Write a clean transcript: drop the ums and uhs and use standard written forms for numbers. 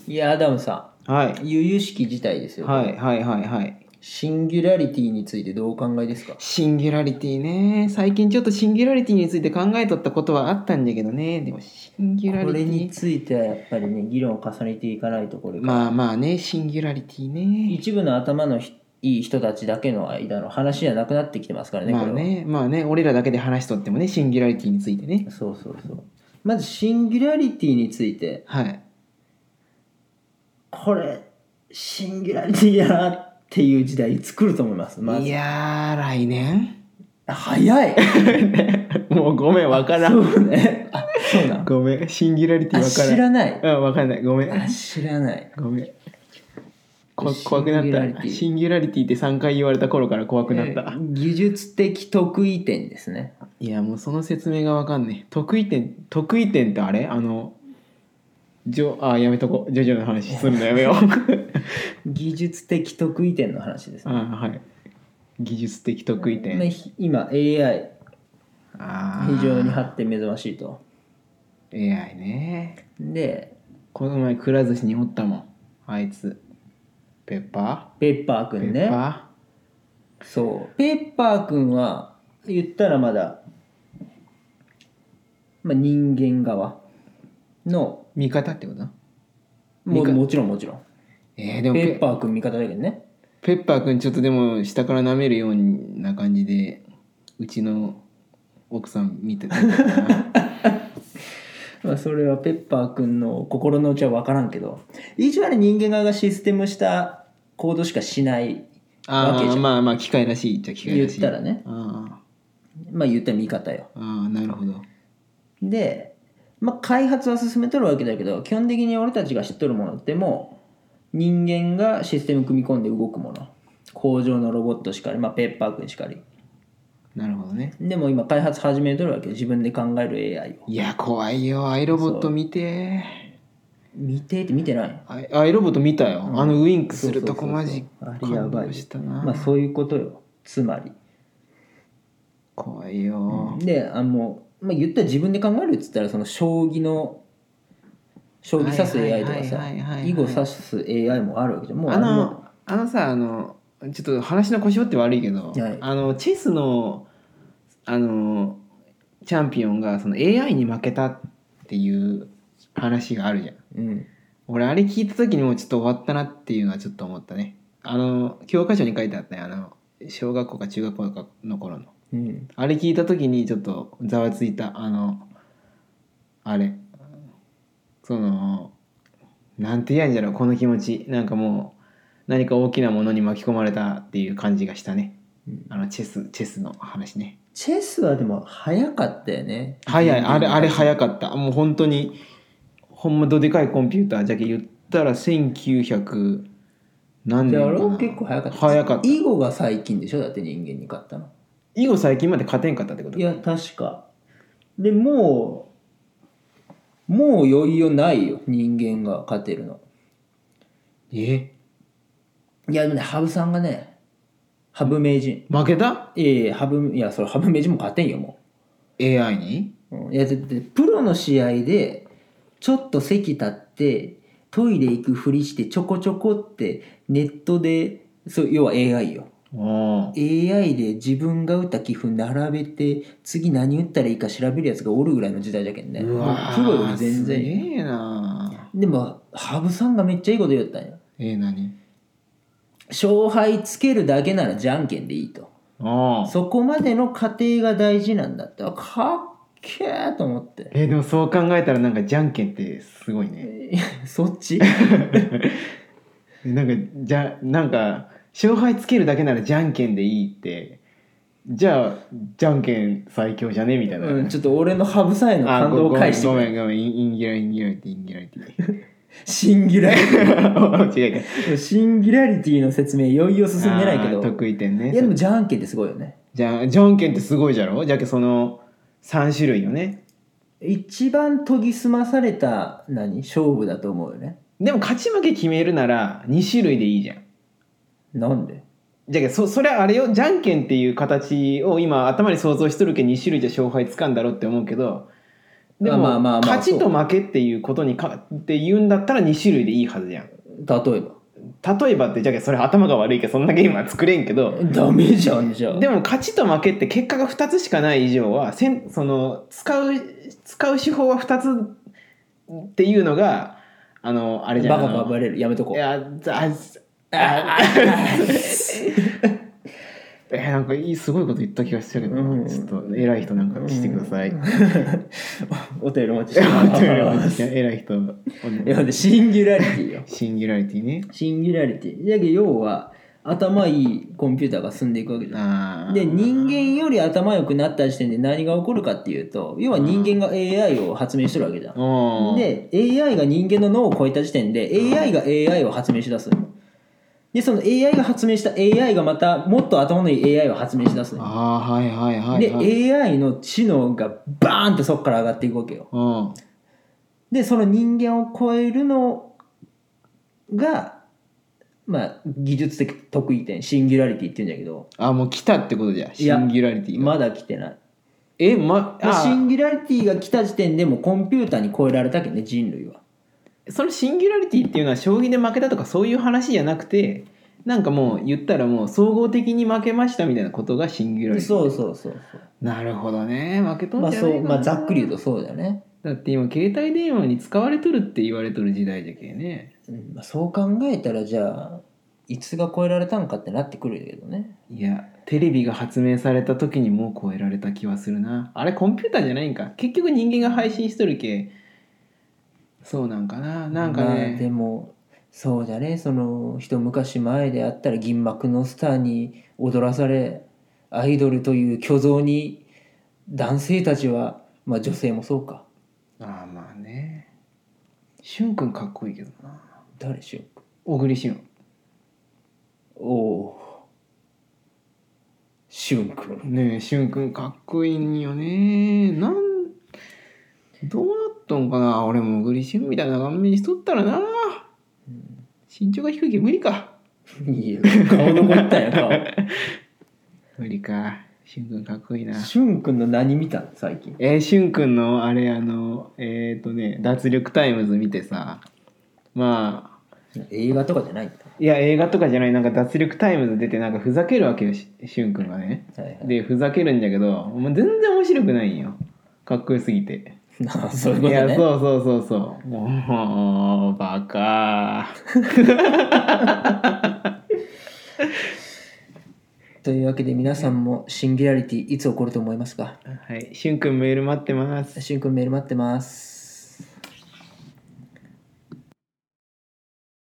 いやアダムさはいん、由々しき事態ですよ。 はいはいはいはい。 シンギュラリティについてどうお考えですか？ シンギュラリティね。最近ちょっとシンギュラリティについて考えとったことはあったんだけどね。でもシンギュラこれリティ。 についてはやっぱりね議論を重ねていかないとこれから、 まあまあね、シンギュラリティね。 一部の頭のいい人たちだけの間の話じゃなくなってきてますからね、これは。 まあね、まあね、俺らだけで話しとってもね、シンギュラリティについてね。 そうそうそう。まずシンギュラリティについて、 はい。 これシンギュラリティやなっていう時代作ると思います。まずいやー、来年早いもうごめん、わからん。 そうね。あ、そうなん。 ごめん、シンギュラリティわからん。 知らない。 うん、わかんない。ごめん。 知らない。 ごめん。怖くなった。シンギュラリティって3回言われた頃から怖くなった。 技術的得意点ですね。 いや、もうその説明がわかんねえ。得意点ってあれやめとこう。ジョジョの話するのやめよう。 技術的得意点の話ですね。 はい。技術的得意点。 今 AI 非常に発展目覚ましいと。 AI ね。 で、 この前くら寿司におったもん。あいつ。ペッパーくんね。 ペッパそう。ペッパーくんは言ったらまだ、人間側の味方ってこともちろん。 でもペッパーくん味方だけどね。 ペッパーくんちょっとでも下から舐めるような感じでうちの奥さん見てたなそれはペッパーくんの心の内は分からんけど、一応あれ人間側がシステムしたコードしかしないわけじゃん。 まあ機械らしいっちゃ機械らしい。 言ったらね。言ったら味方よ。 なるほど。 で、開発は進めとるわけだけど、基本的に俺たちが知っとるものってもう人間がシステム組み込んで動くもの。工場のロボットしかり、ペッパーくんしかり。 なるほどね。 でも今開発始めとるわけよ。自分で考える AI を。 いや怖いよ。アイロボット見てって見てない？ アイロボット見たよ。ウインクするとこマジあれやばいしたな。 そういうことよ。つまり怖いよ。 で言ったら自分で考えるっつったらその将棋指す AI とかさ、囲碁指す AI もあるわけじゃん。もうさちょっと話の腰折って悪いけど、チェスのチャンピオンがその AI に負けたっていう話があるじゃん。俺あれ聞いた時にもうちょっと終わったなっていうのはちょっと思ったね。教科書に書いてあったよ。小学校か中学校の頃の、あれ聞いた時にちょっとざわついた。あれなんて言うんじゃろう、この気持ち。なんかもう何か大きなものに巻き込まれたっていう感じがしたね。チェスの話ね。 チェスはでも早かったよね。 早い。あれ早かった。もう本当にほんまどでかいコンピューターじゃけ言ったら1900何年かな。 結構早かった。 早かった。 囲碁が最近でしょ。だって人間に勝ったの。 囲碁最近まで勝てんかったってこと？ いや確か。でもう余裕ないよ、人間が勝てるの。いやでもね、羽生さんがね、羽生名人負けた？ それ羽生名人も勝てんよもう AI に。 いやだってプロの試合でちょっと席立ってトイレ行くふりしてちょこちょこってネットで要は AI よ。AI で自分が打った棋譜並べて次何打ったらいいか調べるやつがおるぐらいの時代だけどね。プロより全然。 すげえな。 でも羽生さんがめっちゃいいこと言ったんや。 何？ 勝敗つけるだけならじゃんけんでいいと。そこまでの過程が大事なんだって。かっけーと思って。 でもそう考えたらなんかじゃんけんってすごいね。 そっちなんか勝敗つけるだけならじゃんけんでいいって、じゃあじゃんけん最強じゃねみたいな、 ちょっと俺の羽生さんへの感動を返してごめんインギュラリティシンギュラリティ違えシンギュラリティの説明いよいよ進んでないけど。 得意点ね。 いやでもじゃんけんってすごいよね。 じゃんけんってすごいじゃろ。じゃけその3種類よね。 一番研ぎ澄まされた勝負だと思うよね。 でも勝ち負け決めるなら2種類でいいじゃん。 なんで？ じゃけそれはあれよ、じゃんけんっていう形を今頭に想像しとるけ2種類じゃ勝敗つかんだろって思うけど、 でも、 まあまあまあ勝ちと負けっていうことにって言うんだったら2種類でいいはずじゃん。例えばってじゃあそれ頭が悪いけどそんなゲームは作れんけどダメじゃんじゃあ。 でも勝ちと負けって結果が2つしかない以上はその使う手法は2つっていうのがあれじゃん。 バカがバレる。やめとこう。 いやなんかすごいこと言った気がしたけど、ちょっと偉い人なんかしてください。 お便りお待ちしてます。 偉い人。 いやシンギュラリティよ。 シンギュラリティね。 シンギュラリティ。だけど要は頭いいコンピューターが進んでいくわけじゃん。で人間より頭良くなった時点で何が起こるかっていうと、要は人間が AI を発明してるわけじゃん。で AI が人間の脳を超えた時点で AI が AI を発明しだすの。でその AI が発明した AI がまたもっと頭のいい AI を発明しだすの。で AI の知能がバーンってそこから上がっていくわけよ。でその人間を超えるのがまあ技術的得意点シンギュラリティって言うんだけど。 もう来たってことじゃ。シンギュラリティがまだ来てない。シンギュラリティが来た時点でもコンピューターに超えられたけどね、人類は。 そのシンギュラリティっていうのは将棋で負けたとかそういう話じゃなくて、なんかもう言ったらもう総合的に負けましたみたいなことがシンギュラリティ。そうなるほどね。負けとんじゃないかな。 ざっくり言うとそうだよね。 だって今携帯電話に使われとるって言われとる時代じゃけね。 そう考えたらじゃあいつが超えられたんかってなってくるけどね。 いやテレビが発明された時にもう超えられた気はするな。あれコンピューターじゃないんか。結局人間が配信しとるけ。そうなんかな。なんかね。 でもそうだね。その一昔前であったら銀幕のスターに踊らされアイドルという虚像に男性たちはまあ女性もそうか。 まあね。しゅんくんかっこいいけどな。 誰しゅんくん？ 小栗旬。 おお。しゅんくん。 ねえしゅんくんかっこいいんよね。どうなったんかな。俺も小栗旬みたいな顔面にしとったらな。身長が低いけど無理か。 いや顔残ったよ顔。 無理か。しゅんくんかっこいいな。 しゅんくんの何見たの最近？ しゅんくんのあれ脱力タイムズ見てさ、まあ映画とかじゃないんだ。 いや映画とかじゃない。なんか脱力タイムズ出てなんかふざけるわけよしゅんくんがね、でふざけるんだけどもう全然面白くないんよ。かっこよすぎて。 そういうことね。いやそうもうバカというわけで皆さんもシンギュラリティいつ起こると思いますか？ はい、しゅんくんメール待ってます。 しゅんくんメール待ってます。